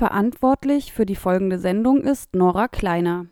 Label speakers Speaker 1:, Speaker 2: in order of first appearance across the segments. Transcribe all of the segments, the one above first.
Speaker 1: Verantwortlich für die folgende Sendung ist Nora Kleiner.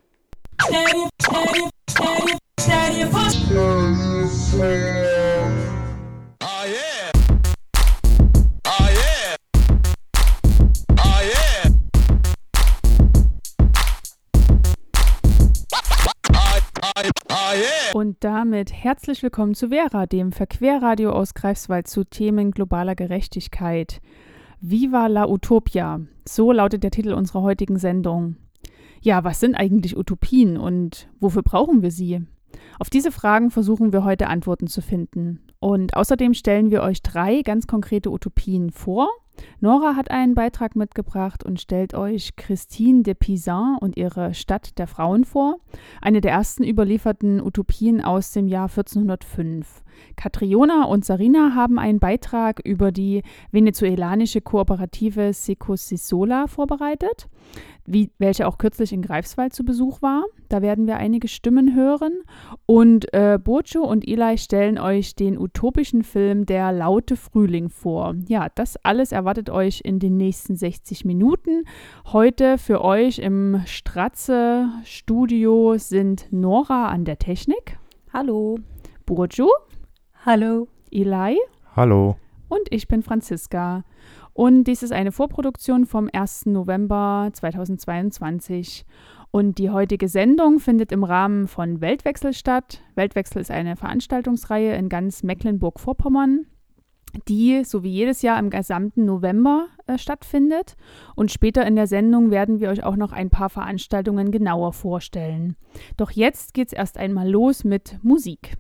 Speaker 2: Und damit herzlich willkommen zu Vera, dem Verquerradio aus Greifswald zu Themen globaler Gerechtigkeit. Viva la Utopia, so lautet der Titel unserer heutigen Sendung. Ja, was sind eigentlich Utopien und wofür brauchen wir sie? Auf diese Fragen versuchen wir heute Antworten zu finden. Und außerdem stellen wir euch 3 ganz konkrete Utopien vor. Nora hat einen Beitrag mitgebracht und stellt euch Christine de Pizan und ihre Stadt der Frauen vor, eine der ersten überlieferten Utopien aus dem Jahr 1405. Catriona und Sarina haben einen Beitrag über die venezuelanische Kooperative Secosisola vorbereitet, welche auch kürzlich in Greifswald zu Besuch war. Da werden wir einige Stimmen hören. Und Burcu und Eli stellen euch den utopischen Film Der laute Frühling vor. Ja, das alles erwartet euch in den nächsten 60 Minuten. Heute für euch im Stratze-Studio sind Nora an der Technik.
Speaker 1: Hallo.
Speaker 2: Burcu.
Speaker 1: Hallo.
Speaker 2: Eli.
Speaker 3: Hallo.
Speaker 2: Und ich bin Franziska. Und dies ist eine Vorproduktion vom 1. November 2022. Und die heutige Sendung findet im Rahmen von Weltwechsel statt. Weltwechsel ist eine Veranstaltungsreihe in ganz Mecklenburg-Vorpommern, die so wie jedes Jahr im gesamten November stattfindet. Und später in der Sendung werden wir euch auch noch ein paar Veranstaltungen genauer vorstellen. Doch jetzt geht's erst einmal los mit Musik.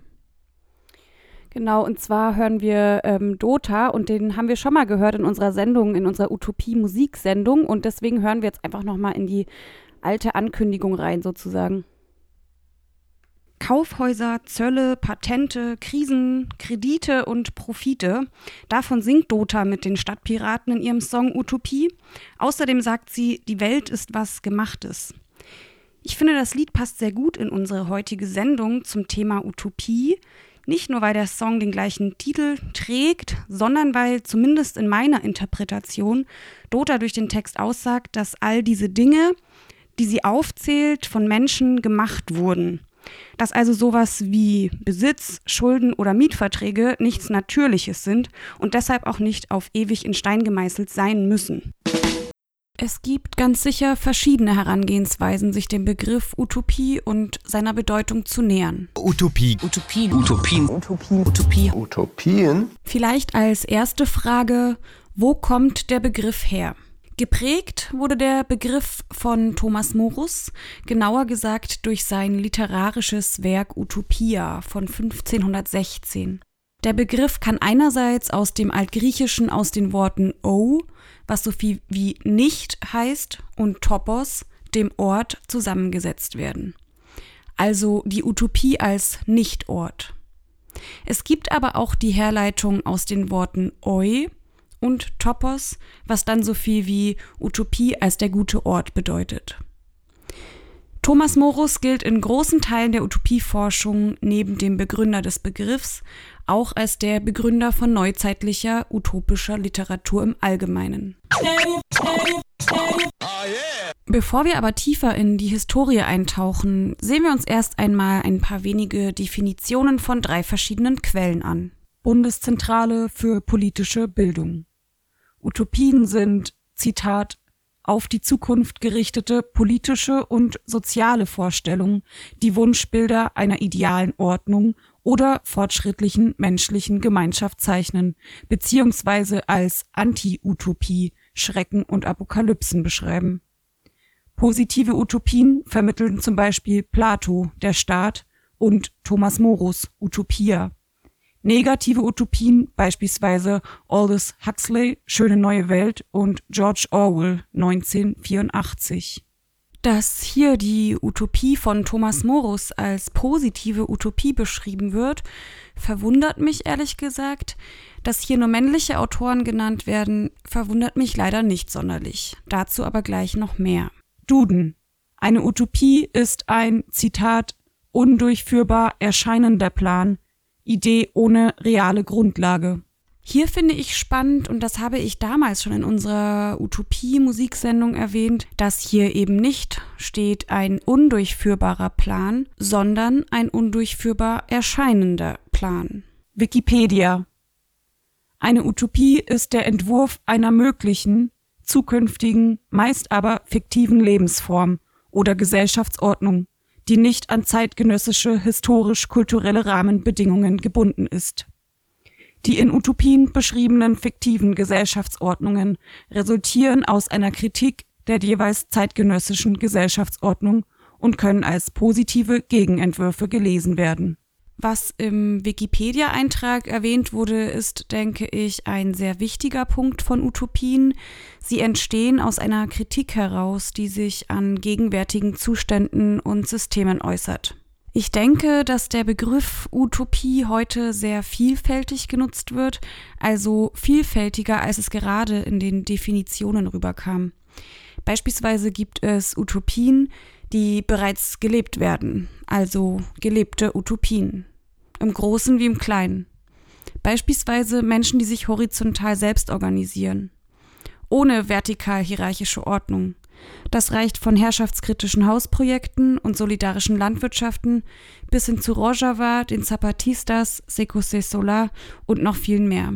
Speaker 1: Genau, und zwar hören wir Dota und den haben wir schon mal gehört in unserer Sendung, in unserer Utopie-Musiksendung und deswegen hören wir jetzt einfach nochmal in die alte Ankündigung rein sozusagen. Kaufhäuser, Zölle, Patente, Krisen, Kredite und Profite. Davon singt Dota mit den Stadtpiraten in ihrem Song Utopie. Außerdem sagt sie, die Welt ist was Gemachtes. Ich finde, das Lied passt sehr gut in unsere heutige Sendung zum Thema Utopie. Nicht nur, weil der Song den gleichen Titel trägt, sondern weil zumindest in meiner Interpretation Dota durch den Text aussagt, dass all diese Dinge, die sie aufzählt, von Menschen gemacht wurden. Dass also sowas wie Besitz, Schulden oder Mietverträge nichts Natürliches sind und deshalb auch nicht auf ewig in Stein gemeißelt sein müssen. Es gibt ganz sicher verschiedene Herangehensweisen, sich dem Begriff Utopie und seiner Bedeutung zu nähern.
Speaker 4: Utopie. Utopien. Utopien. Utopien. Utopie.
Speaker 3: Utopien?
Speaker 1: Vielleicht als erste Frage, wo kommt der Begriff her? Geprägt wurde der Begriff von Thomas Morus, genauer gesagt durch sein literarisches Werk Utopia von 1516. Der Begriff kann einerseits aus dem Altgriechischen aus den Worten o, was so viel wie nicht heißt, und topos, dem Ort, zusammengesetzt werden. Also die Utopie als Nichtort. Es gibt aber auch die Herleitung aus den Worten oi und topos, was dann so viel wie Utopie als der gute Ort bedeutet. Thomas Morus gilt in großen Teilen der Utopieforschung neben dem Begründer des Begriffs auch als der Begründer von neuzeitlicher utopischer Literatur im Allgemeinen. Bevor wir aber tiefer in die Historie eintauchen, sehen wir uns erst einmal ein paar wenige Definitionen von 3 verschiedenen Quellen an. Bundeszentrale für politische Bildung. Utopien sind, Zitat, auf die Zukunft gerichtete politische und soziale Vorstellungen, die Wunschbilder einer idealen Ordnung oder fortschrittlichen menschlichen Gemeinschaft zeichnen, beziehungsweise als Anti-Utopie Schrecken und Apokalypsen beschreiben. Positive Utopien vermitteln zum Beispiel Plato, der Staat, und Thomas Morus, Utopia. Negative Utopien, beispielsweise Aldous Huxley, Schöne neue Welt und George Orwell, 1984. Dass hier die Utopie von Thomas Morus als positive Utopie beschrieben wird, verwundert mich ehrlich gesagt. Dass hier nur männliche Autoren genannt werden, verwundert mich leider nicht sonderlich. Dazu aber gleich noch mehr. Duden. Eine Utopie ist ein, Zitat, undurchführbar erscheinender Plan, Idee ohne reale Grundlage. Hier finde ich spannend, und das habe ich damals schon in unserer Utopie-Musiksendung erwähnt, dass hier eben nicht steht ein undurchführbarer Plan, sondern ein undurchführbar erscheinender Plan. Wikipedia. Eine Utopie ist der Entwurf einer möglichen, zukünftigen, meist aber fiktiven Lebensform oder Gesellschaftsordnung, die nicht an zeitgenössische, historisch-kulturelle Rahmenbedingungen gebunden ist. Die in Utopien beschriebenen fiktiven Gesellschaftsordnungen resultieren aus einer Kritik der jeweils zeitgenössischen Gesellschaftsordnung und können als positive Gegenentwürfe gelesen werden. Was im Wikipedia-Eintrag erwähnt wurde, ist, denke ich, ein sehr wichtiger Punkt von Utopien. Sie entstehen aus einer Kritik heraus, die sich an gegenwärtigen Zuständen und Systemen äußert. Ich denke, dass der Begriff Utopie heute sehr vielfältig genutzt wird, also vielfältiger, als es gerade in den Definitionen rüberkam. Beispielsweise gibt es Utopien, die bereits gelebt werden, also gelebte Utopien, im Großen wie im Kleinen. Beispielsweise Menschen, die sich horizontal selbst organisieren, ohne vertikal-hierarchische Ordnung. Das reicht von herrschaftskritischen Hausprojekten und solidarischen Landwirtschaften bis hin zu Rojava, den Zapatistas, Secose Solar und noch vielen mehr.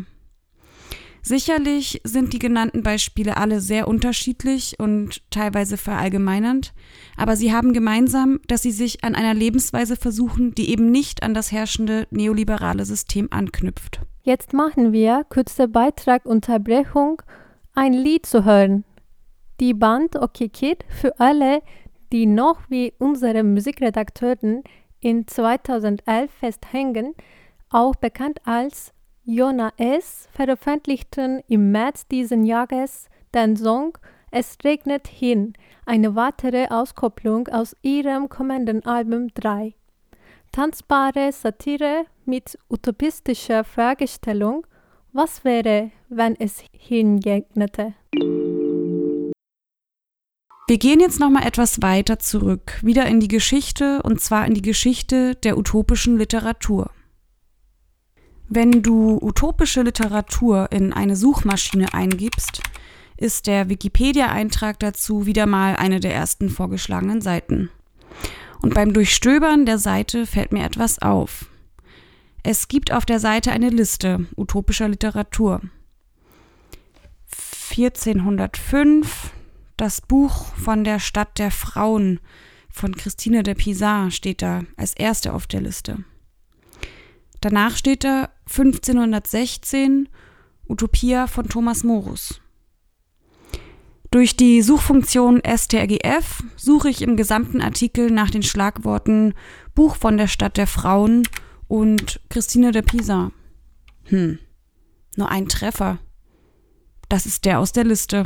Speaker 1: Sicherlich sind die genannten Beispiele alle sehr unterschiedlich und teilweise verallgemeinernd, aber sie haben gemeinsam, dass sie sich an einer Lebensweise versuchen, die eben nicht an das herrschende neoliberale System anknüpft.
Speaker 3: Jetzt machen wir kurze Beitragunterbrechung, ein Lied zu hören. Die Band OK Kid, für alle, die noch wie unsere Musikredakteuren in 2011 festhängen, auch bekannt als Jona S., veröffentlichten im März diesen Jahres den Song Es regnet hin, eine weitere Auskopplung aus ihrem kommenden Album 3. Tanzbare Satire mit utopistischer Fragestellung: Was wäre, wenn es hinregnete?
Speaker 1: Wir gehen jetzt nochmal etwas weiter zurück, wieder in die Geschichte, und zwar in die Geschichte der utopischen Literatur. Wenn du utopische Literatur in eine Suchmaschine eingibst, ist der Wikipedia-Eintrag dazu wieder mal eine der ersten vorgeschlagenen Seiten. Und beim Durchstöbern der Seite fällt mir etwas auf. Es gibt auf der Seite eine Liste utopischer Literatur. 1405, das Buch von der Stadt der Frauen von Christine de Pizarro steht da als erste auf der Liste. Danach steht da 1516 Utopia von Thomas Morus. Durch die Suchfunktion STRGF suche ich im gesamten Artikel nach den Schlagworten Buch von der Stadt der Frauen und Christine de Pizarro. Nur ein Treffer. Das ist der aus der Liste.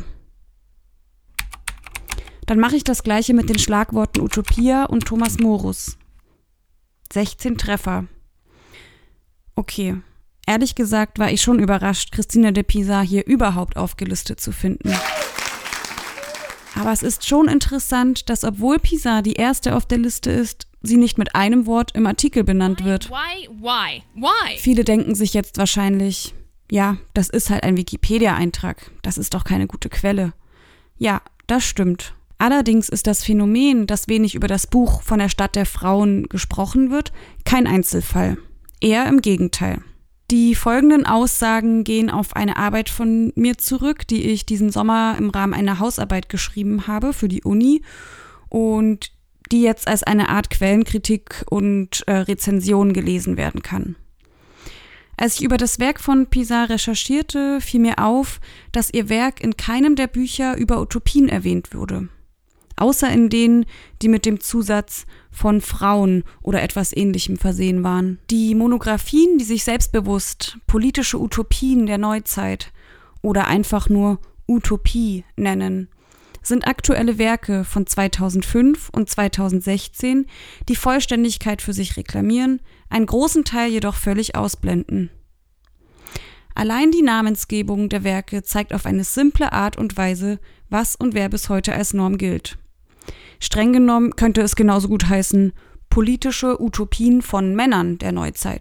Speaker 1: Dann mache ich das gleiche mit den Schlagworten Utopia und Thomas Morus. 16 Treffer. Okay, ehrlich gesagt war ich schon überrascht, Christine de Pizarro hier überhaupt aufgelistet zu finden. Aber es ist schon interessant, dass obwohl Pizarro die erste auf der Liste ist, sie nicht mit einem Wort im Artikel benannt wird.
Speaker 4: Why?
Speaker 1: Viele denken sich jetzt wahrscheinlich, ja, das ist halt ein Wikipedia-Eintrag, das ist doch keine gute Quelle. Ja, das stimmt. Allerdings ist das Phänomen, dass wenig über das Buch von der Stadt der Frauen gesprochen wird, kein Einzelfall. Eher im Gegenteil. Die folgenden Aussagen gehen auf eine Arbeit von mir zurück, die ich diesen Sommer im Rahmen einer Hausarbeit geschrieben habe für die Uni und die jetzt als eine Art Quellenkritik und Rezension gelesen werden kann. Als ich über das Werk von Pizarro recherchierte, fiel mir auf, dass ihr Werk in keinem der Bücher über Utopien erwähnt wurde. Außer in denen, die mit dem Zusatz von Frauen oder etwas Ähnlichem versehen waren. Die Monographien, die sich selbstbewusst politische Utopien der Neuzeit oder einfach nur Utopie nennen, sind aktuelle Werke von 2005 und 2016, die Vollständigkeit für sich reklamieren, einen großen Teil jedoch völlig ausblenden. Allein die Namensgebung der Werke zeigt auf eine simple Art und Weise, was und wer bis heute als Norm gilt. Streng genommen könnte es genauso gut heißen, politische Utopien von Männern der Neuzeit.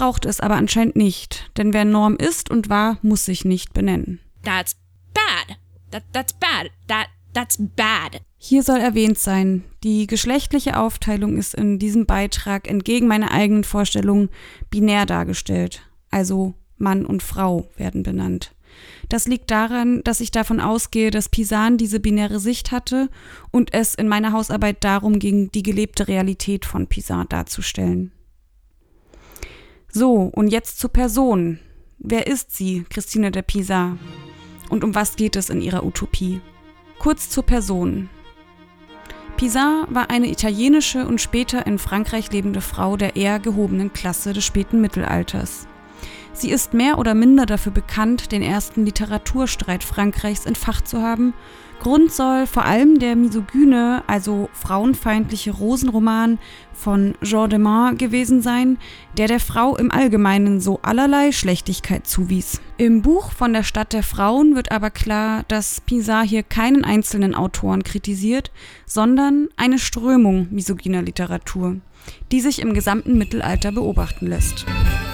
Speaker 1: braucht es aber anscheinend nicht, denn wer Norm ist und war, muss sich nicht benennen.
Speaker 5: That's bad. That's bad. That's bad.
Speaker 1: Hier soll erwähnt sein, die geschlechtliche Aufteilung ist in diesem Beitrag entgegen meiner eigenen Vorstellung binär dargestellt, also Mann und Frau werden benannt. Das liegt daran, dass ich davon ausgehe, dass Pisan diese binäre Sicht hatte und es in meiner Hausarbeit darum ging, die gelebte Realität von Pisan darzustellen. So, und jetzt zur Person. Wer ist sie, Christine de Pizan? Und um was geht es in ihrer Utopie? Kurz zur Person. Pizan war eine italienische und später in Frankreich lebende Frau der eher gehobenen Klasse des späten Mittelalters. Sie ist mehr oder minder dafür bekannt, den ersten Literaturstreit Frankreichs entfacht zu haben. Grund soll vor allem der misogyne, also frauenfeindliche Rosenroman von Jean de Meaux gewesen sein, der Frau im Allgemeinen so allerlei Schlechtigkeit zuwies. Im Buch von der Stadt der Frauen wird aber klar, dass Pizan hier keinen einzelnen Autoren kritisiert, sondern eine Strömung misogyner Literatur, die sich im gesamten Mittelalter beobachten lässt.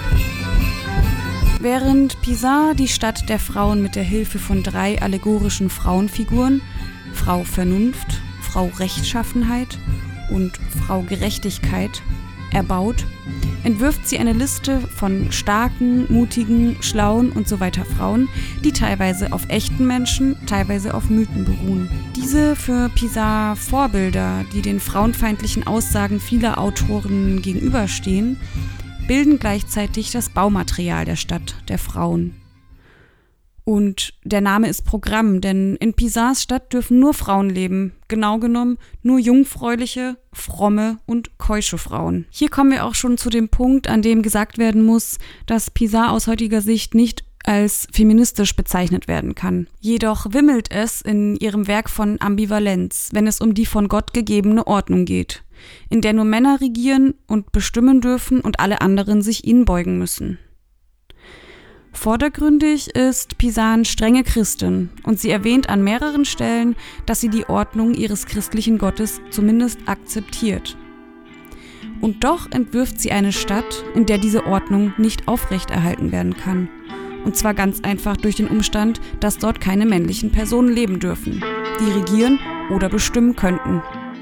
Speaker 1: Während Pizan die Stadt der Frauen mit der Hilfe von 3 allegorischen Frauenfiguren, Frau Vernunft, Frau Rechtschaffenheit und Frau Gerechtigkeit, erbaut, entwirft sie eine Liste von starken, mutigen, schlauen und so weiter Frauen, die teilweise auf echten Menschen, teilweise auf Mythen beruhen. Diese für Pizan Vorbilder, die den frauenfeindlichen Aussagen vieler Autoren gegenüberstehen, bilden gleichzeitig das Baumaterial der Stadt der Frauen. Und der Name ist Programm, denn in Pisans Stadt dürfen nur Frauen leben, genau genommen nur jungfräuliche, fromme und keusche Frauen. Hier kommen wir auch schon zu dem Punkt, an dem gesagt werden muss, dass Pizan aus heutiger Sicht nicht als feministisch bezeichnet werden kann. Jedoch wimmelt es in ihrem Werk von Ambivalenz, wenn es um die von Gott gegebene Ordnung geht, in der nur Männer regieren und bestimmen dürfen und alle anderen sich ihnen beugen müssen. Vordergründig ist Pizan strenge Christin und sie erwähnt an mehreren Stellen, dass sie die Ordnung ihres christlichen Gottes zumindest akzeptiert. Und doch entwirft sie eine Stadt, in der diese Ordnung nicht aufrechterhalten werden kann. Und zwar ganz einfach durch den Umstand, dass dort keine männlichen Personen leben dürfen, die regieren oder bestimmen könnten.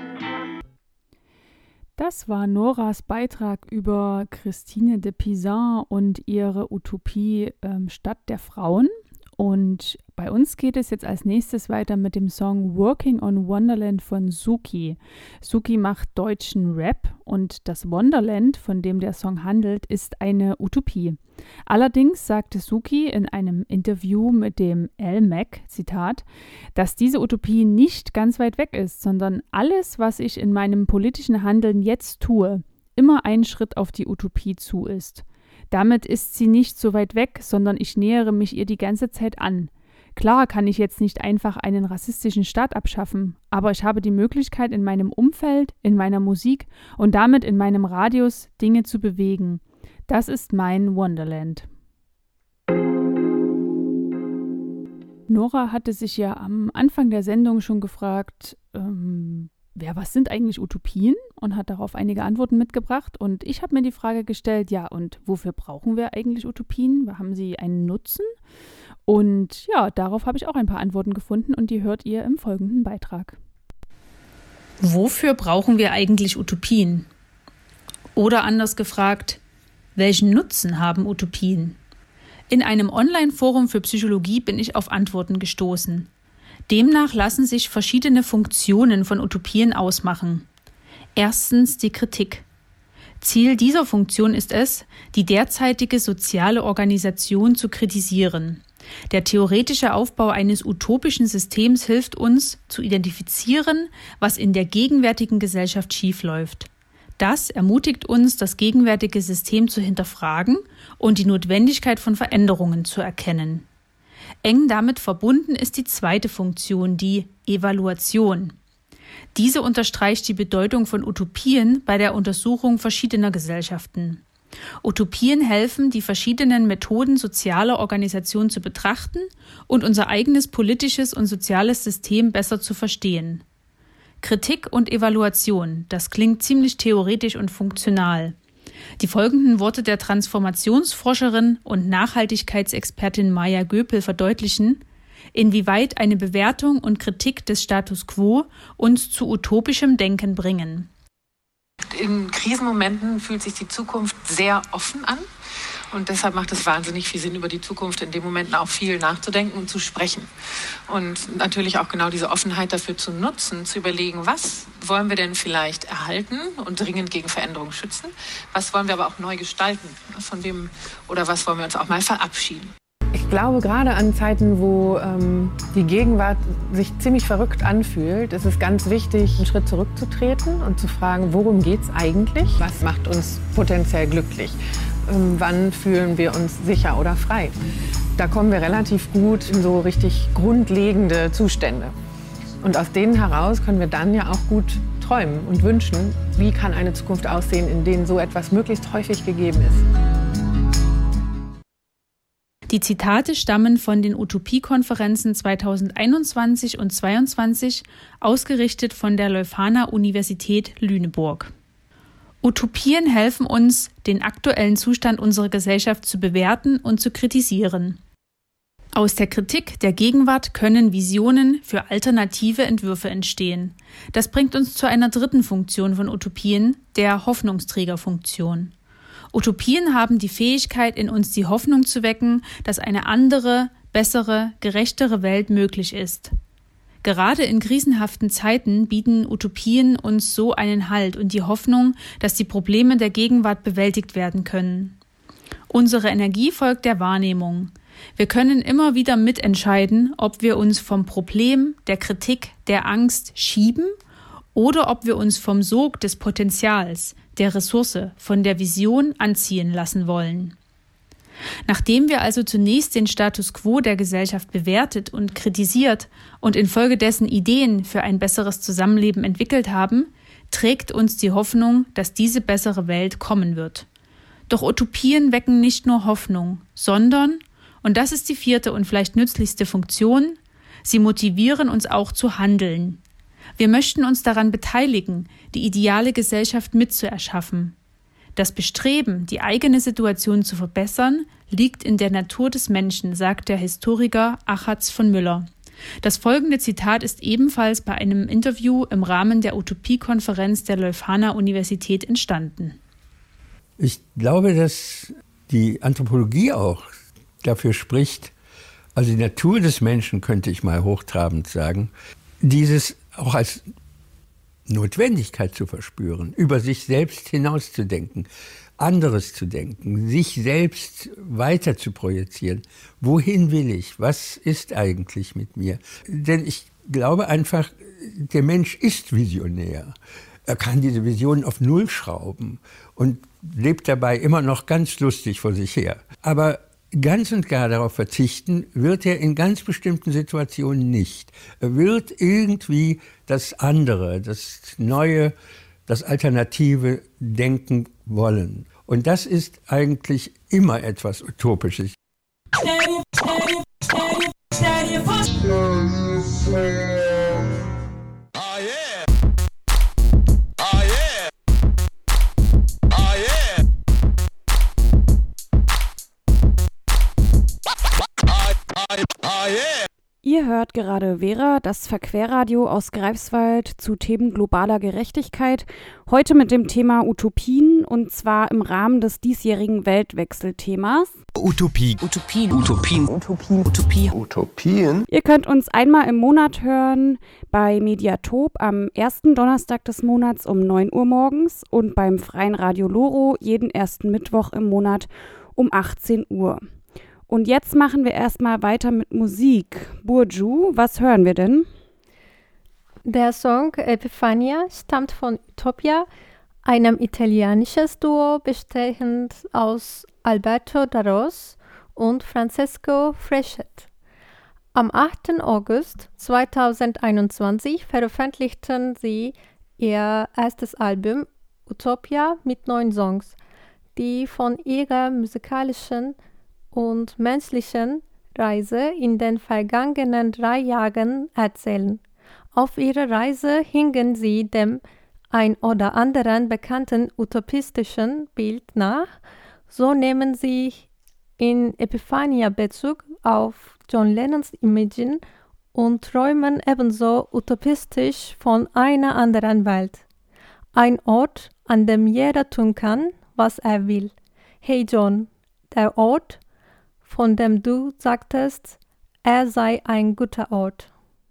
Speaker 2: Das war Noras Beitrag über Christine de Pizan und ihre Utopie Stadt der Frauen. Und bei uns geht es jetzt als nächstes weiter mit dem Song Working on Wonderland von Suki. Suki macht deutschen Rap und das Wonderland, von dem der Song handelt, ist eine Utopie. Allerdings sagte Suki in einem Interview mit dem LMAC, Zitat, dass diese Utopie nicht ganz weit weg ist, sondern alles, was ich in meinem politischen Handeln jetzt tue, immer ein Schritt auf die Utopie zu ist. Damit ist sie nicht so weit weg, sondern ich nähere mich ihr die ganze Zeit an. Klar kann ich jetzt nicht einfach einen rassistischen Staat abschaffen, aber ich habe die Möglichkeit, in meinem Umfeld, in meiner Musik und damit in meinem Radius Dinge zu bewegen. Das ist mein Wonderland. Nora hatte sich ja am Anfang der Sendung schon gefragt, was sind eigentlich Utopien? Und hat darauf einige Antworten mitgebracht. Und ich habe mir die Frage gestellt, ja, und wofür brauchen wir eigentlich Utopien? Haben sie einen Nutzen? Und ja, darauf habe ich auch ein paar Antworten gefunden und die hört ihr im folgenden Beitrag.
Speaker 6: Wofür brauchen wir eigentlich Utopien? Oder anders gefragt, welchen Nutzen haben Utopien? In einem Online-Forum für Psychologie bin ich auf Antworten gestoßen. Demnach lassen sich verschiedene Funktionen von Utopien ausmachen. Erstens die Kritik. Ziel dieser Funktion ist es, die derzeitige soziale Organisation zu kritisieren. Der theoretische Aufbau eines utopischen Systems hilft uns, zu identifizieren, was in der gegenwärtigen Gesellschaft schiefläuft. Das ermutigt uns, das gegenwärtige System zu hinterfragen und die Notwendigkeit von Veränderungen zu erkennen. Eng damit verbunden ist die zweite Funktion, die Evaluation. Diese unterstreicht die Bedeutung von Utopien bei der Untersuchung verschiedener Gesellschaften. Utopien helfen, die verschiedenen Methoden sozialer Organisation zu betrachten und unser eigenes politisches und soziales System besser zu verstehen. Kritik und Evaluation, das klingt ziemlich theoretisch und funktional. Die folgenden Worte der Transformationsforscherin und Nachhaltigkeitsexpertin Maya Göpel verdeutlichen, inwieweit eine Bewertung und Kritik des Status quo uns zu utopischem Denken bringen.
Speaker 7: In Krisenmomenten fühlt sich die Zukunft sehr offen an. Und deshalb macht es wahnsinnig viel Sinn, über die Zukunft in den Momenten auch viel nachzudenken und zu sprechen. Und natürlich auch genau diese Offenheit dafür zu nutzen, zu überlegen, was wollen wir denn vielleicht erhalten und dringend gegen Veränderung schützen? Was wollen wir aber auch neu gestalten? Von wem oder was wollen wir uns auch mal verabschieden?
Speaker 8: Ich glaube, gerade an Zeiten, wo die Gegenwart sich ziemlich verrückt anfühlt, ist es ganz wichtig, einen Schritt zurückzutreten und zu fragen, worum geht es eigentlich? Was macht uns potenziell glücklich? Wann fühlen wir uns sicher oder frei? Da kommen wir relativ gut in so richtig grundlegende Zustände. Und aus denen heraus können wir dann ja auch gut träumen und wünschen, wie kann eine Zukunft aussehen, in denen so etwas möglichst häufig gegeben ist.
Speaker 6: Die Zitate stammen von den Utopiekonferenzen 2021 und 2022, ausgerichtet von der Leuphana-Universität Lüneburg. Utopien helfen uns, den aktuellen Zustand unserer Gesellschaft zu bewerten und zu kritisieren. Aus der Kritik der Gegenwart können Visionen für alternative Entwürfe entstehen. Das bringt uns zu einer dritten Funktion von Utopien, der Hoffnungsträgerfunktion. Utopien haben die Fähigkeit, in uns die Hoffnung zu wecken, dass eine andere, bessere, gerechtere Welt möglich ist. Gerade in krisenhaften Zeiten bieten Utopien uns so einen Halt und die Hoffnung, dass die Probleme der Gegenwart bewältigt werden können. Unsere Energie folgt der Wahrnehmung. Wir können immer wieder mitentscheiden, ob wir uns vom Problem, der Kritik, der Angst schieben oder ob wir uns vom Sog des Potenzials, der Ressource, von der Vision anziehen lassen wollen. Nachdem wir also zunächst den Status quo der Gesellschaft bewertet und kritisiert und infolgedessen Ideen für ein besseres Zusammenleben entwickelt haben, trägt uns die Hoffnung, dass diese bessere Welt kommen wird. Doch Utopien wecken nicht nur Hoffnung, sondern, und das ist die vierte und vielleicht nützlichste Funktion, sie motivieren uns auch zu handeln. Wir möchten uns daran beteiligen, die ideale Gesellschaft mitzuerschaffen. Das Bestreben, die eigene Situation zu verbessern, liegt in der Natur des Menschen, sagt der Historiker Achatz von Müller. Das folgende Zitat ist ebenfalls bei einem Interview im Rahmen der Utopiekonferenz der Leuphana-Universität entstanden.
Speaker 9: Ich glaube, dass die Anthropologie auch dafür spricht, also die Natur des Menschen, könnte ich mal hochtrabend sagen, dieses auch als Notwendigkeit zu verspüren, über sich selbst hinauszudenken, anderes zu denken, sich selbst weiter zu projizieren. Wohin will ich? Was ist eigentlich mit mir? Denn ich glaube einfach, der Mensch ist visionär. Er kann diese Visionen auf Null schrauben und lebt dabei immer noch ganz lustig vor sich her. Aber ganz und gar darauf verzichten wird er in ganz bestimmten Situationen nicht. Er wird irgendwie das andere, das Neue, das Alternative denken wollen. Und das ist eigentlich immer etwas Utopisches.
Speaker 1: Ihr hört gerade Vera, das Verquerradio aus Greifswald zu Themen globaler Gerechtigkeit. Heute mit dem Thema Utopien und zwar im Rahmen des diesjährigen Weltwechselthemas.
Speaker 4: Utopie. Utopien. Utopien. Utopien. Utopie.
Speaker 10: Utopien.
Speaker 1: Ihr könnt uns einmal im Monat hören bei Mediatop am ersten Donnerstag des Monats um 9 Uhr morgens und beim Freien Radio Loro jeden ersten Mittwoch im Monat um 18 Uhr. Und jetzt machen wir erstmal weiter mit Musik. Burju, was hören wir denn?
Speaker 3: Der Song Epifania stammt von Utopia, einem italienischen Duo bestehend aus Alberto Darros und Francesco Freschet. Am 8. August 2021 veröffentlichten sie ihr erstes Album Utopia mit 9 Songs, die von ihrer musikalischen und menschlichen Reise in den vergangenen 3 Jahren erzählen. Auf ihrer Reise hingen sie dem ein oder anderen bekannten utopistischen Bild nach, so nehmen sie in Epiphania Bezug auf John Lennons Imagine und träumen ebenso utopistisch von einer anderen Welt. Ein Ort, an dem jeder tun kann, was er will. Hey John, der Ort, von dem du sagtest, er sei ein guter Ort.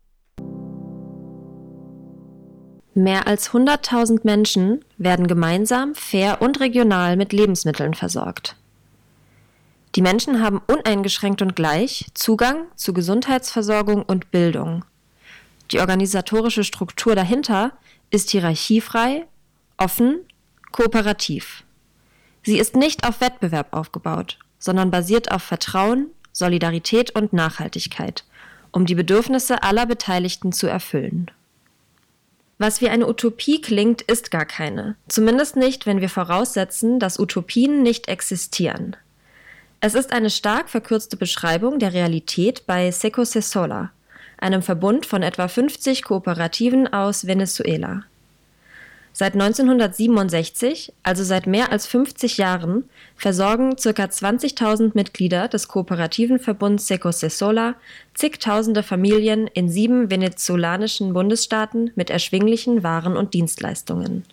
Speaker 10: Mehr als 100.000 Menschen werden gemeinsam, fair und regional mit Lebensmitteln versorgt. Die Menschen haben uneingeschränkt und gleich Zugang zu Gesundheitsversorgung und Bildung. Die organisatorische Struktur dahinter ist hierarchiefrei, offen, kooperativ. Sie ist nicht auf Wettbewerb aufgebaut, sondern basiert auf Vertrauen, Solidarität und Nachhaltigkeit, um die Bedürfnisse aller Beteiligten zu erfüllen. Was wie eine Utopie klingt, ist gar keine. Zumindest nicht, wenn wir voraussetzen, dass Utopien nicht existieren. Es ist eine stark verkürzte Beschreibung der Realität bei Seco Se Sola, einem Verbund von etwa 50 Kooperativen aus Venezuela. Seit 1967, also seit mehr als 50 Jahren, versorgen ca. 20.000 Mitglieder des kooperativen Verbunds Seco Se Sola zigtausende Familien in 7 venezolanischen Bundesstaaten mit erschwinglichen Waren und Dienstleistungen.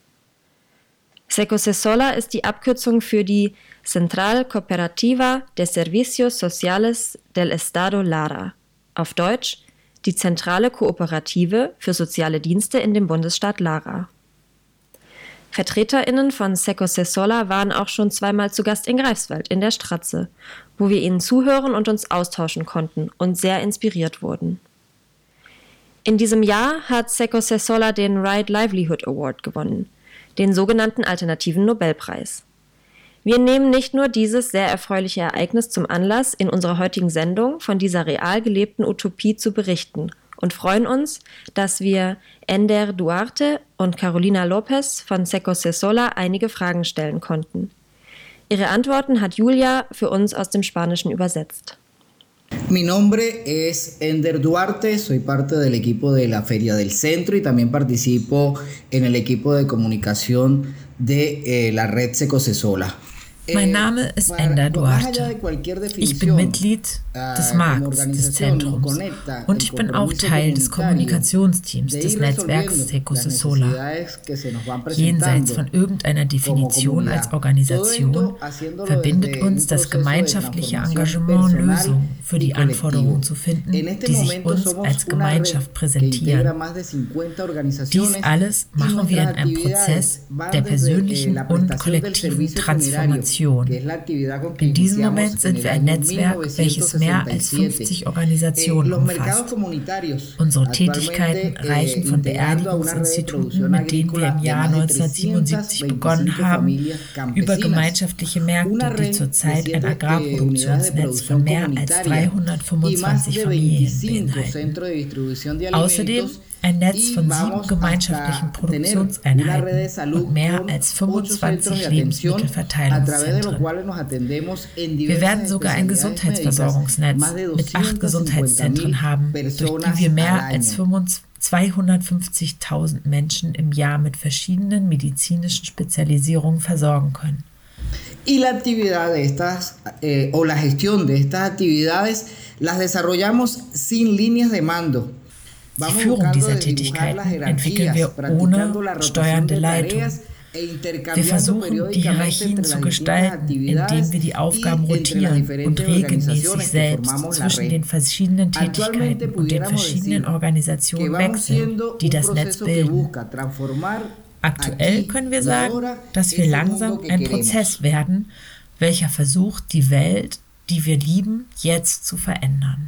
Speaker 10: Seco Se Sola ist die Abkürzung für die Central Cooperativa de Servicios Sociales del Estado Lara, auf Deutsch die Zentrale Kooperative für soziale Dienste in dem Bundesstaat Lara. VertreterInnen von Seco Se Sola waren auch schon zweimal zu Gast in Greifswald in der Stratze, wo wir ihnen zuhören und uns austauschen konnten und sehr inspiriert wurden. In diesem Jahr hat Seco Se Sola den Right Livelihood Award gewonnen, den sogenannten alternativen Nobelpreis. Wir nehmen nicht nur dieses sehr erfreuliche Ereignis zum Anlass, in unserer heutigen Sendung von dieser real gelebten Utopie zu berichten und freuen uns, dass wir Ender Duarte und Carolina Lopez von Seco Se Sola einige Fragen stellen konnten. Ihre Antworten hat Julia für uns aus dem Spanischen übersetzt.
Speaker 11: Mi nombre es Ender Duarte, soy parte del equipo de la Feria del Centro y también participo en el equipo de comunicación de la Red Seco Se Sola.
Speaker 12: Mein Name ist Ender Duarte. Ich bin Mitglied des Markts des Zentrums und ich bin auch Teil des Kommunikationsteams des Netzwerks Seco Se Sola. Jenseits von irgendeiner Definition als Organisation verbindet uns das gemeinschaftliche Engagement, Lösungen für die Anforderungen zu finden, die sich uns als Gemeinschaft präsentieren. Dies alles machen wir in einem Prozess der persönlichen und kollektiven Transformation. In diesem Moment sind wir ein Netzwerk, welches mehr als 50 Organisationen umfasst. Unsere Tätigkeiten reichen von Beerdigungsinstituten, mit denen wir im Jahr 1977 begonnen haben, über gemeinschaftliche Märkte, die zurzeit ein Agrarproduktionsnetz von mehr als 325 Familien beinhalten. Außerdem ein Netz von 7 gemeinschaftlichen Produktionseinheiten und mehr als 25 Lebensmittelverteilungszentren. Wir werden sogar ein Gesundheitsversorgungsnetz mit 8 Gesundheitszentren haben, durch die wir mehr als 250.000 Menschen im Jahr mit verschiedenen medizinischen Spezialisierungen versorgen können.
Speaker 11: Y la actividad de estas, o la gestión de estas actividades, las desarrollamos sin líneas de mando.
Speaker 12: Die Führung dieser Tätigkeiten entwickeln wir ohne steuernde Leitung. Wir versuchen, die Hierarchien zu gestalten, indem wir die Aufgaben rotieren und regelmäßig selbst zwischen den verschiedenen Tätigkeiten und den verschiedenen Organisationen wechseln, die das Netz bilden. Aktuell können wir sagen, dass wir langsam ein Prozess werden, welcher versucht, die Welt, die wir lieben, jetzt zu verändern.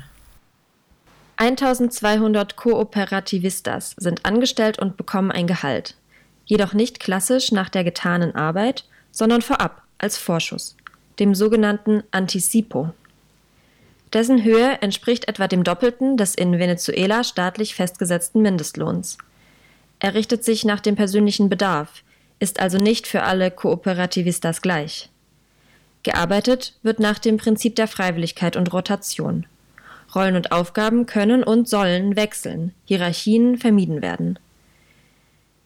Speaker 10: 1200 Kooperativistas sind angestellt und bekommen ein Gehalt. Jedoch nicht klassisch nach der getanen Arbeit, sondern vorab als Vorschuss, dem sogenannten Anticipo. Dessen Höhe entspricht etwa dem Doppelten des in Venezuela staatlich festgesetzten Mindestlohns. Er richtet sich nach dem persönlichen Bedarf, ist also nicht für alle Kooperativistas gleich. Gearbeitet wird nach dem Prinzip der Freiwilligkeit und Rotation. Rollen und Aufgaben können und sollen wechseln, Hierarchien vermieden werden.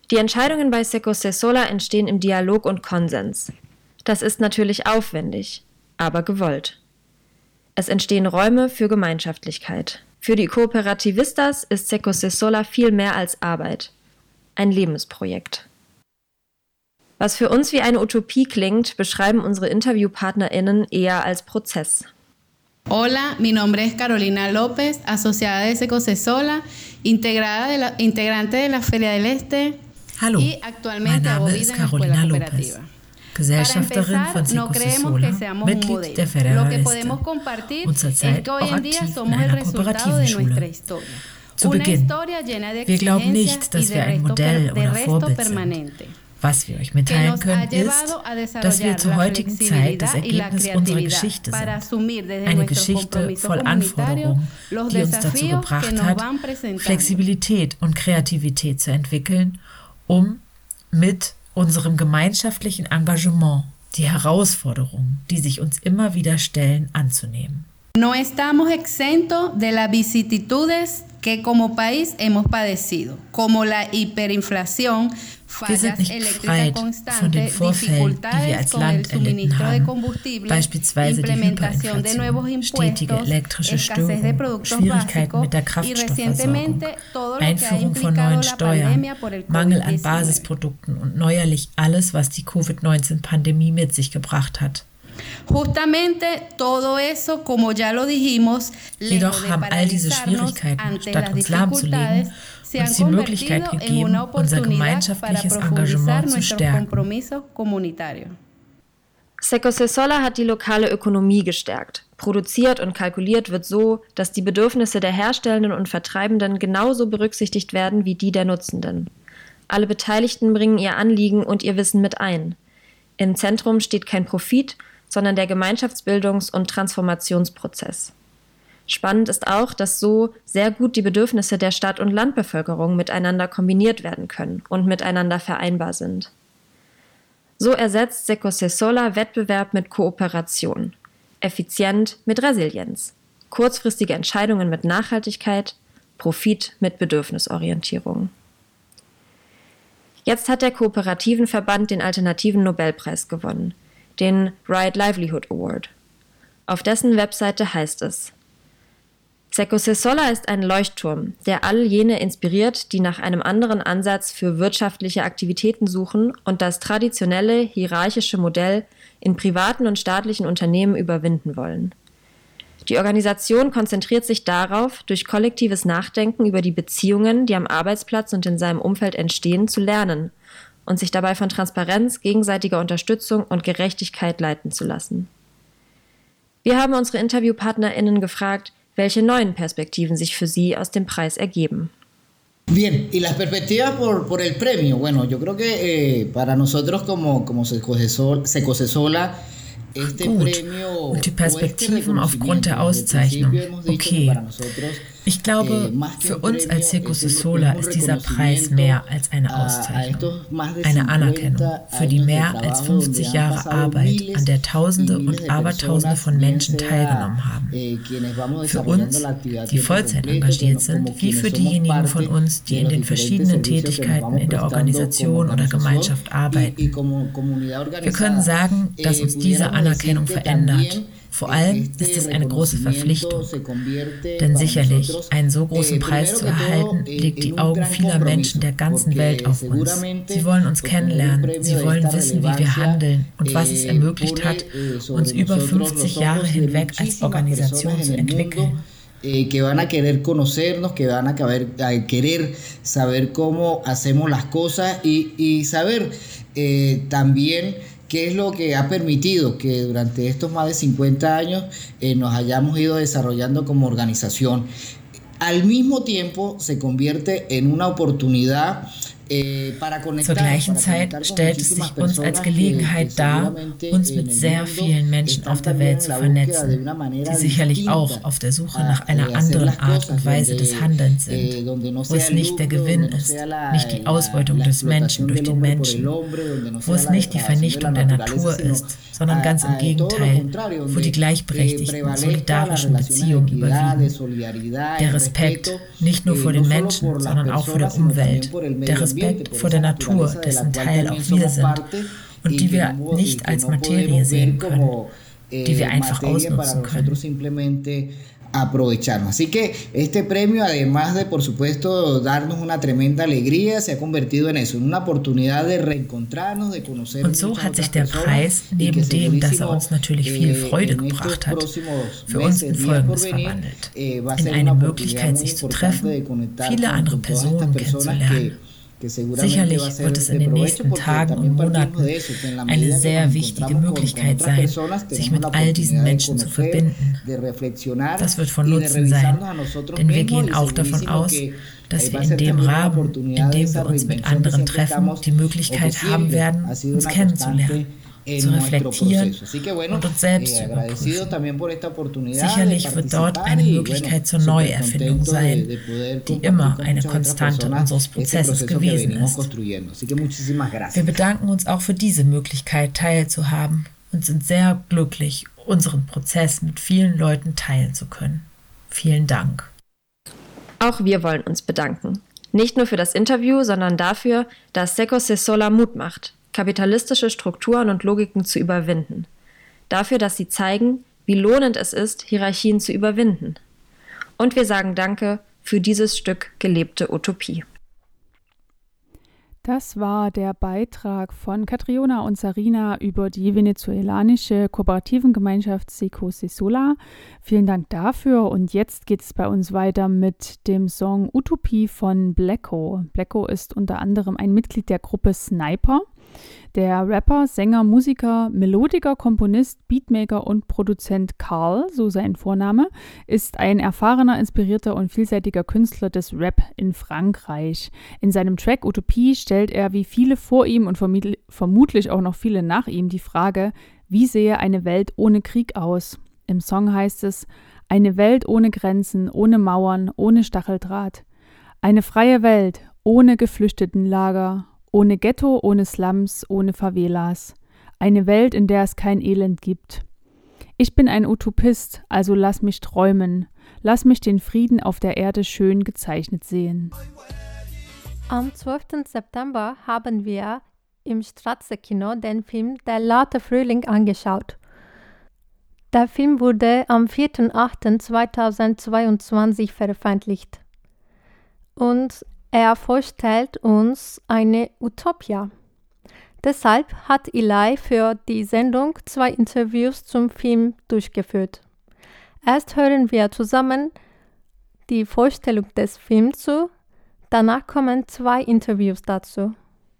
Speaker 10: Die Entscheidungen bei Secose Sola entstehen im Dialog und Konsens. Das ist natürlich aufwendig, aber gewollt. Es entstehen Räume für Gemeinschaftlichkeit. Für die Cooperativistas ist Secose Sola viel mehr als Arbeit. Ein Lebensprojekt. Was für uns wie eine Utopie klingt, beschreiben unsere InterviewpartnerInnen eher als Prozess.
Speaker 13: Hola, mi nombre es Carolina López, asociada de Secose Sola, integrante de la Feria del Este.
Speaker 12: Hallo, mein Name ist Carolina López, Gesellschafterin von Secose Sola, Mitglied der Feria del Este und zurzeit auch aktiv in einer kooperativen Schule. Zu Beginn, wir glauben nicht, dass wir ein Modell oder Vorbild sind. Was wir euch mitteilen können, ist, dass wir zur heutigen Zeit das Ergebnis unserer Geschichte sind. Eine Geschichte voll Anforderungen, die uns dazu gebracht hat, Flexibilität und Kreativität zu entwickeln, um mit unserem gemeinschaftlichen Engagement die Herausforderungen, die sich uns immer wieder stellen, anzunehmen.
Speaker 13: No estamos exentos de las vicisitudes que como país hemos padecido, como la hiperinflación,
Speaker 12: wir sind nicht befreit von den Vorfällen, die wir als Land erlitten haben, beispielsweise die Hyperinflation, stetige elektrische Störungen, Schwierigkeiten mit der Kraftstoffversorgung, Einführung von neuen Steuern, Mangel an Basisprodukten und neuerlich alles, was die Covid-19-Pandemie mit sich gebracht hat. Jedoch haben all diese Schwierigkeiten, statt uns lahmzulegen, uns die Möglichkeit gegeben, unser gemeinschaftliches Engagement zu stärken.
Speaker 10: Secose Sola hat die lokale Ökonomie gestärkt. Produziert und kalkuliert wird so, dass die Bedürfnisse der Herstellenden und Vertreibenden genauso berücksichtigt werden wie die der Nutzenden. Alle Beteiligten bringen ihr Anliegen und ihr Wissen mit ein. Im Zentrum steht kein Profit, sondern der Gemeinschaftsbildungs- und Transformationsprozess. Spannend ist auch, dass so sehr gut die Bedürfnisse der Stadt- und Landbevölkerung miteinander kombiniert werden können und miteinander vereinbar sind. So ersetzt Secose Sola Wettbewerb mit Kooperation, effizient mit Resilienz, kurzfristige Entscheidungen mit Nachhaltigkeit, Profit mit Bedürfnisorientierung. Jetzt hat der Kooperativen Verband den alternativen Nobelpreis gewonnen, den Right Livelihood Award. Auf dessen Webseite heißt es: Secose Sola ist ein Leuchtturm, der all jene inspiriert, die nach einem anderen Ansatz für wirtschaftliche Aktivitäten suchen und das traditionelle, hierarchische Modell in privaten und staatlichen Unternehmen überwinden wollen. Die Organisation konzentriert sich darauf, durch kollektives Nachdenken über die Beziehungen, die am Arbeitsplatz und in seinem Umfeld entstehen, zu lernen und sich dabei von Transparenz, gegenseitiger Unterstützung und Gerechtigkeit leiten zu lassen. Wir haben unsere InterviewpartnerInnen gefragt, welche neuen Perspektiven sich für sie aus dem Preis ergeben.
Speaker 11: Bien, y las perspectivas por el premio. Bueno, yo creo que para nosotros como Secose Sola,
Speaker 12: Gut, und die Perspektiven aufgrund der Auszeichnung. Okay. Ich glaube, für uns als Secose Sola ist dieser Preis mehr als eine Auszeichnung, eine Anerkennung für die mehr als 50 Jahre Arbeit, an der Tausende und Abertausende von Menschen teilgenommen haben. Für uns, die Vollzeit engagiert sind, wie für diejenigen von uns, die in den verschiedenen Tätigkeiten in der Organisation oder Gemeinschaft arbeiten. Wir können sagen, dass uns diese Anerkennung verändert. Vor allem ist es eine große Verpflichtung, denn sicherlich einen so großen Preis zu erhalten, legt die Augen vieler Menschen der ganzen Welt auf uns. Sie wollen uns kennenlernen, sie wollen wissen, wie wir handeln und was es ermöglicht hat, uns über 50 Jahre hinweg als Organisation zu entwickeln.
Speaker 11: Que van a querer conocernos, que van a querer saber cómo hacemos las cosas y saber también qué es lo que ha permitido que durante estos más de 50 años nos hayamos ido desarrollando como organización. Al mismo tiempo se convierte en una oportunidad
Speaker 12: Zur gleichen Zeit stellt es sich uns als Gelegenheit dar, uns mit sehr vielen Menschen auf der Welt zu vernetzen, die sicherlich auch auf der Suche nach einer anderen Art und Weise des Handelns sind, wo es nicht der Gewinn ist, nicht die Ausbeutung des Menschen durch den Menschen, wo es nicht die Vernichtung der Natur ist, sondern ganz im Gegenteil, wo die gleichberechtigten, solidarischen Beziehungen überwiegen. Der Respekt nicht nur vor den Menschen, sondern auch vor der Umwelt, der Respekt Respekt vor der Natur, dessen Teil auch wir sind und die wir nicht als Materie sehen können, die wir einfach ausnutzen können.
Speaker 11: Aprovecharnos. Así que este premio, además de por supuesto darnos una tremenda alegría, se ha convertido en eso, en una oportunidad de reencontrarnos, de conocer.
Speaker 12: Und so hat sich der Preis, neben dem, dass er uns natürlich viel Freude gebracht hat, für uns in Folgendes verwandelt. In eine Möglichkeit, sich zu treffen, viele andere Personen kennenzulernen. Sicherlich wird es in den nächsten Tagen und Monaten eine sehr wichtige Möglichkeit sein, sich mit all diesen Menschen zu verbinden. Das wird von Nutzen sein, denn wir gehen auch davon aus, dass wir in dem Rahmen, in dem wir uns mit anderen treffen, die Möglichkeit haben werden, uns kennenzulernen, zu reflektieren und uns selbst zu überprüfen. Sicherlich wird dort eine Möglichkeit zur Neuerfindung sein, die immer eine Konstante unseres Prozesses gewesen ist. Wir bedanken uns auch für diese Möglichkeit, teilzuhaben und sind sehr glücklich, unseren Prozess mit vielen Leuten teilen zu können. Vielen Dank.
Speaker 10: Auch wir wollen uns bedanken. Nicht nur für das Interview, sondern dafür, dass Se Cose Sola Mut macht, kapitalistische Strukturen und Logiken zu überwinden. Dafür, dass sie zeigen, wie lohnend es ist, Hierarchien zu überwinden. Und wir sagen Danke für dieses Stück gelebte Utopie.
Speaker 2: Das war der Beitrag von Catriona und Sarina über die venezuelanische Kooperativengemeinschaft Se Cose Sola. Vielen Dank dafür und jetzt geht es bei uns weiter mit dem Song Utopie von Blacko. Blacko ist unter anderem ein Mitglied der Gruppe Sniper. Der Rapper, Sänger, Musiker, Melodiker, Komponist, Beatmaker und Produzent Karl, so sein Vorname, ist ein erfahrener, inspirierter und vielseitiger Künstler des Rap in Frankreich. In seinem Track Utopie stellt er wie viele vor ihm und vermutlich auch noch viele nach ihm die Frage, wie sehe eine Welt ohne Krieg aus? Im Song heißt es, eine Welt ohne Grenzen, ohne Mauern, ohne Stacheldraht. Eine freie Welt, ohne Geflüchtetenlager, ohne Ghetto, ohne Slums, ohne Favelas. Eine Welt, in der es kein Elend gibt. Ich bin ein Utopist, also lass mich träumen. Lass mich den Frieden auf der Erde schön gezeichnet sehen.
Speaker 3: Am 12. September haben wir im Stratze-Kino den Film Der laute Frühling angeschaut. Der Film wurde am 4.8.2022 veröffentlicht. Und er vorstellt uns eine Utopia. Deshalb hat Eli für die Sendung 2 Interviews zum Film durchgeführt. Erst hören wir zusammen die Vorstellung des Films zu, danach kommen 2 Interviews dazu.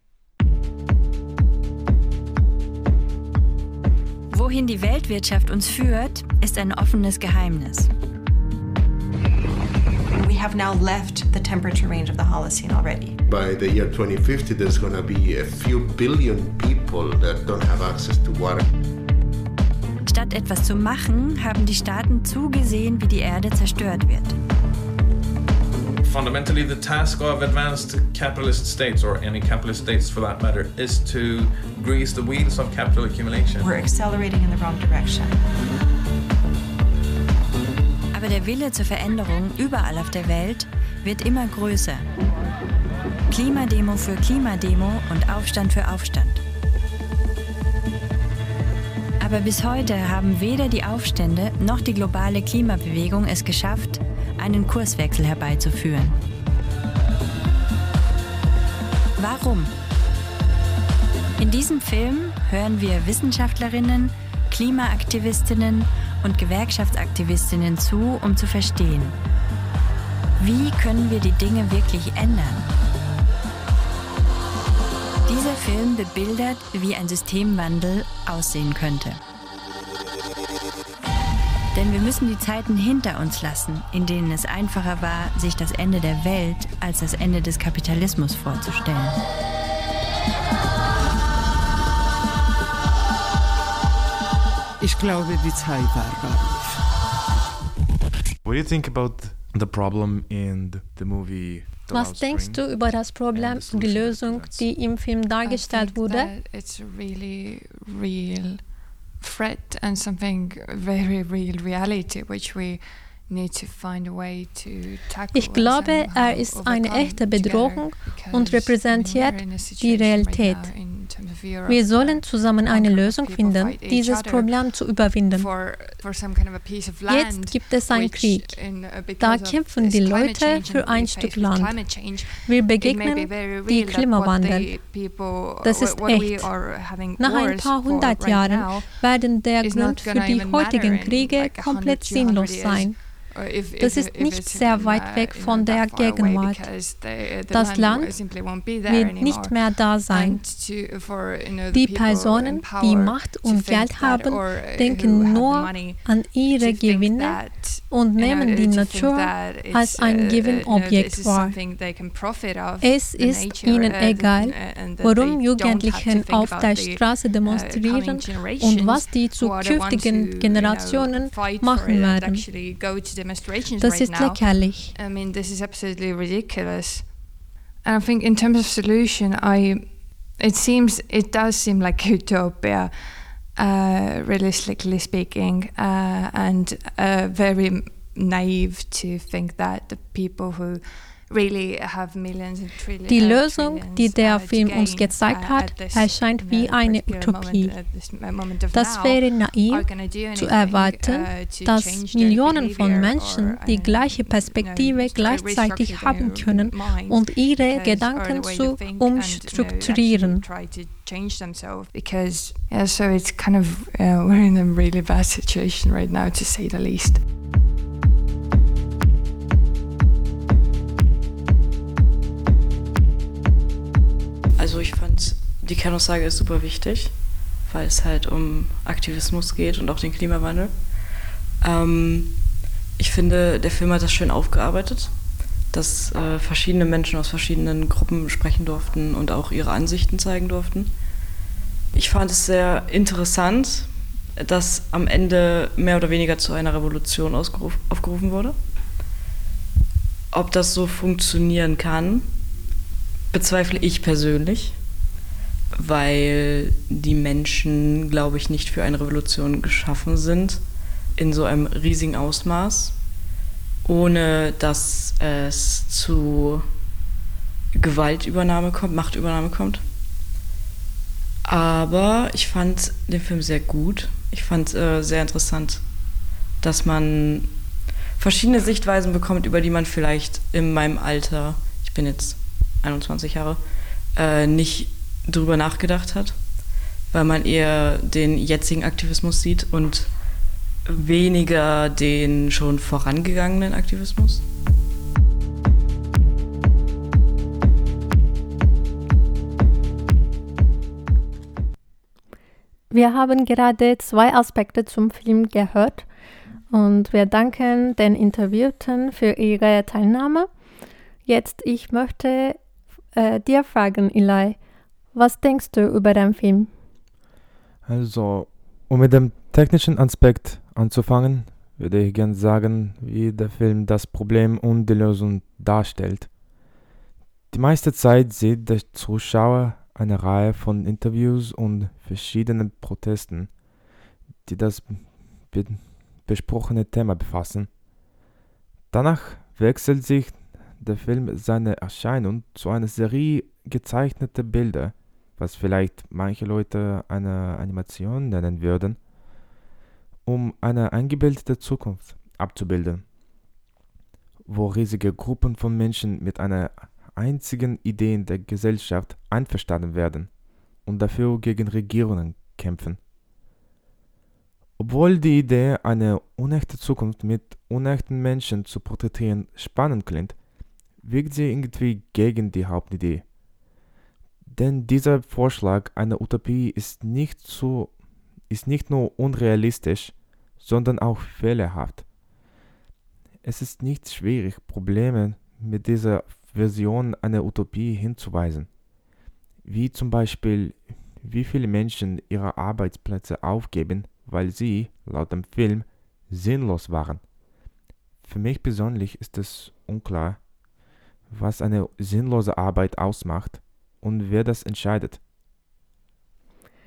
Speaker 14: Wohin die Weltwirtschaft uns führt, ist ein offenes Geheimnis.
Speaker 15: We have now left the temperature range of the Holocene already.
Speaker 16: By the year 2050, there's going to be a few billion people that don't have access to water.
Speaker 14: Statt etwas zu machen, haben die Staaten zugesehen, wie die Erde zerstört wird.
Speaker 17: Fundamentally, the task of advanced capitalist states, or any capitalist states for that matter, is to grease the wheels of capital accumulation.
Speaker 15: We're accelerating in the wrong direction.
Speaker 14: Aber der Wille zur Veränderung überall auf der Welt wird immer größer. Klimademo für Klimademo und Aufstand für Aufstand. Aber bis heute haben weder die Aufstände noch die globale Klimabewegung es geschafft, einen Kurswechsel herbeizuführen. Warum? In diesem Film hören wir Wissenschaftlerinnen, Klimaaktivistinnen und Gewerkschaftsaktivistinnen zu, um zu verstehen, wie können wir die Dinge wirklich ändern? Dieser Film bebildert, wie ein Systemwandel aussehen könnte. Denn wir müssen die Zeiten hinter uns lassen, in denen es einfacher war, sich das Ende der Welt als das Ende des Kapitalismus vorzustellen.
Speaker 18: Ich glaube, die Zeit war reif.
Speaker 19: What do you think about the problem in the movie?
Speaker 3: Was denkst du über das Problem und die Lösung, die im Film dargestellt wurde?
Speaker 20: It's a really real threat and something very real reality which we
Speaker 3: Ich glaube, er ist eine echte Bedrohung und repräsentiert die Realität. Wir sollen zusammen eine Lösung finden, dieses Problem zu überwinden. Jetzt gibt es einen Krieg. Da kämpfen die Leute für ein Stück Land. Wir begegnen dem Klimawandel. Das ist echt. Nach ein paar hundert Jahren werden der Grund für die heutigen Kriege komplett sinnlos sein. Das ist nicht sehr weit weg von der Gegenwart. Das Land wird nicht mehr da sein. Die Personen, die Macht und Geld haben, denken nur an ihre Gewinne und nehmen die Natur als ein Gewinnobjekt wahr. Es ist ihnen egal, warum Jugendliche auf der Straße demonstrieren und was die zukünftigen Generationen machen werden. Das ist lächerlich.
Speaker 20: I mean, this is absolutely ridiculous. And I think in terms of solution, it does seem like utopia, realistically speaking, and very naive to think that the people who
Speaker 3: Die Lösung, die der Film uns gezeigt hat, erscheint wie eine Utopie. Das wäre naiv zu erwarten, dass Millionen von Menschen die gleiche Perspektive gleichzeitig haben können und ihre Gedanken zu umstrukturieren.
Speaker 20: Because so it's kind of we're in a really bad situation right now, to say the least.
Speaker 21: Also ich fand, die Kernaussage ist super wichtig, weil es halt um Aktivismus geht und auch den Klimawandel. Ich finde, der Film hat das schön aufgearbeitet, dass verschiedene Menschen aus verschiedenen Gruppen sprechen durften und auch ihre Ansichten zeigen durften. Ich fand es sehr interessant, dass am Ende mehr oder weniger zu einer Revolution aufgerufen wurde. Ob das so funktionieren kann, bezweifle ich persönlich, weil die Menschen, glaube ich, nicht für eine Revolution geschaffen sind, in so einem riesigen Ausmaß, ohne dass es zu Machtübernahme kommt. Aber ich fand den Film sehr gut. Ich fand sehr interessant, dass man verschiedene Sichtweisen bekommt, über die man vielleicht in meinem Alter, ich bin jetzt 21 Jahre, nicht drüber nachgedacht hat, weil man eher den jetzigen Aktivismus sieht und weniger den schon vorangegangenen Aktivismus.
Speaker 3: Wir haben gerade 2 Aspekte zum Film gehört und wir danken den Interviewten für ihre Teilnahme. Jetzt, ich möchte dir fragen, Eli, was denkst du über den Film?
Speaker 19: Also, um mit dem technischen Aspekt anzufangen, würde ich gerne sagen, wie der Film das Problem und die Lösung darstellt. Die meiste Zeit sieht der Zuschauer eine Reihe von Interviews und verschiedenen Protesten, die das besprochene Thema befassen. Danach wechselt sich der Film seine Erscheinung zu einer Serie gezeichneter Bilder, was vielleicht manche Leute eine Animation nennen würden, um eine eingebildete Zukunft abzubilden, wo riesige Gruppen von Menschen mit einer einzigen Idee der Gesellschaft einverstanden werden und dafür gegen Regierungen kämpfen. Obwohl die Idee, eine unechte Zukunft mit unechten Menschen zu porträtieren, spannend klingt, wirkt sie irgendwie gegen die Hauptidee. Denn dieser Vorschlag einer Utopie ist nicht nur unrealistisch, sondern auch fehlerhaft. Es ist nicht schwierig, Probleme mit dieser Version einer Utopie hinzuweisen, wie zum Beispiel, wie viele Menschen ihre Arbeitsplätze aufgeben, weil sie, laut dem Film, sinnlos waren. Für mich persönlich ist es unklar, was eine sinnlose Arbeit ausmacht und wer das entscheidet.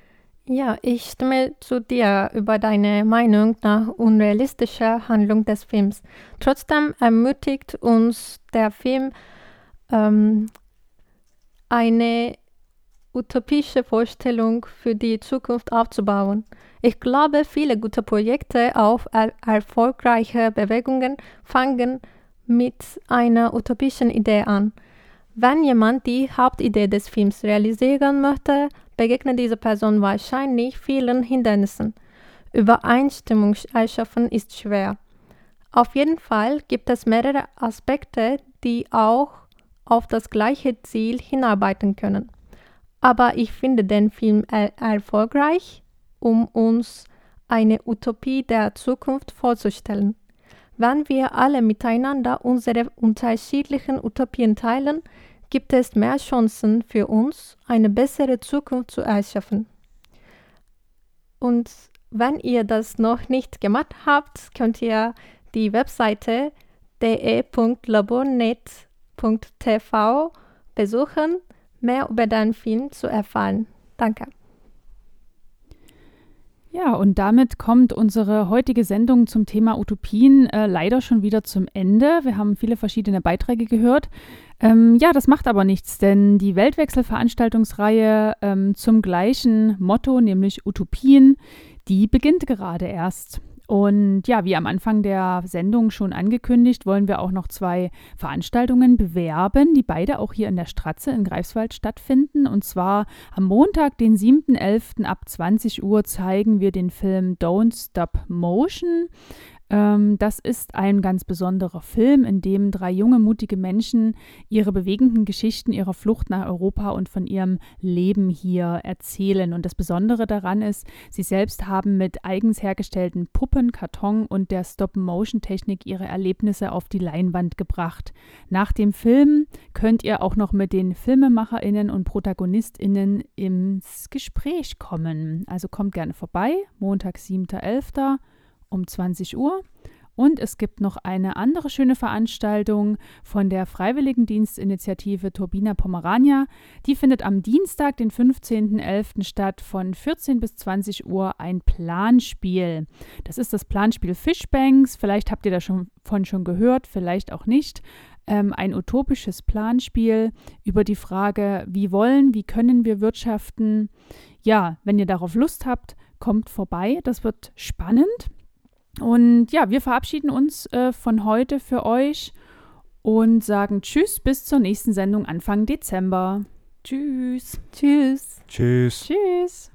Speaker 3: Ja, ich stimme zu dir über deine Meinung nach unrealistischer Handlung des Films. Trotzdem ermutigt uns der Film, eine utopische Vorstellung für die Zukunft aufzubauen. Ich glaube, viele gute Projekte auf erfolgreiche Bewegungen fangen mit einer utopischen Idee an. Wenn jemand die Hauptidee des Films realisieren möchte, begegnet diese Person wahrscheinlich vielen Hindernissen. Übereinstimmung erschaffen ist schwer. Auf jeden Fall gibt es mehrere Aspekte, die auch auf das gleiche Ziel hinarbeiten können. Aber ich finde den Film erfolgreich, um uns eine Utopie der Zukunft vorzustellen. Wenn wir alle miteinander unsere unterschiedlichen Utopien teilen, gibt es mehr Chancen für uns, eine bessere Zukunft zu erschaffen. Und wenn ihr das noch nicht gemacht habt, könnt ihr die Webseite de.labornet.tv besuchen, mehr über den Film zu erfahren. Danke.
Speaker 2: Ja, und damit kommt unsere heutige Sendung zum Thema Utopien leider schon wieder zum Ende. Wir haben viele verschiedene Beiträge gehört. Ja, das macht aber nichts, denn die Weltwechsel-Veranstaltungsreihe zum gleichen Motto, nämlich Utopien, die beginnt gerade erst. Und ja, wie am Anfang der Sendung schon angekündigt, wollen wir auch noch 2 Veranstaltungen bewerben, die beide auch hier in der Stratze in Greifswald stattfinden. Und zwar am Montag, den 7.11. ab 20 Uhr zeigen wir den Film Don't Stop Motion. Das ist ein ganz besonderer Film, in dem 3 junge, mutige Menschen ihre bewegenden Geschichten ihrer Flucht nach Europa und von ihrem Leben hier erzählen. Und das Besondere daran ist, sie selbst haben mit eigens hergestellten Puppen, Karton und der Stop-Motion-Technik ihre Erlebnisse auf die Leinwand gebracht. Nach dem Film könnt ihr auch noch mit den FilmemacherInnen und ProtagonistInnen ins Gespräch kommen. Also kommt gerne vorbei, Montag, 7.11. um 20 Uhr. Und es gibt noch eine andere schöne Veranstaltung von der Freiwilligendienstinitiative Turbina Pomerania. Die findet am Dienstag, den 15.11. statt, von 14 bis 20 Uhr ein Planspiel. Das ist das Planspiel Fishbanks. Vielleicht habt ihr da schon gehört, vielleicht auch nicht. Ein utopisches Planspiel über die Frage, wie können wir wirtschaften. Ja, wenn ihr darauf Lust habt, kommt vorbei. Das wird spannend. Und ja, wir verabschieden uns von heute für euch und sagen Tschüss bis zur nächsten Sendung Anfang Dezember. Tschüss.
Speaker 3: Tschüss.
Speaker 19: Tschüss.
Speaker 2: Tschüss.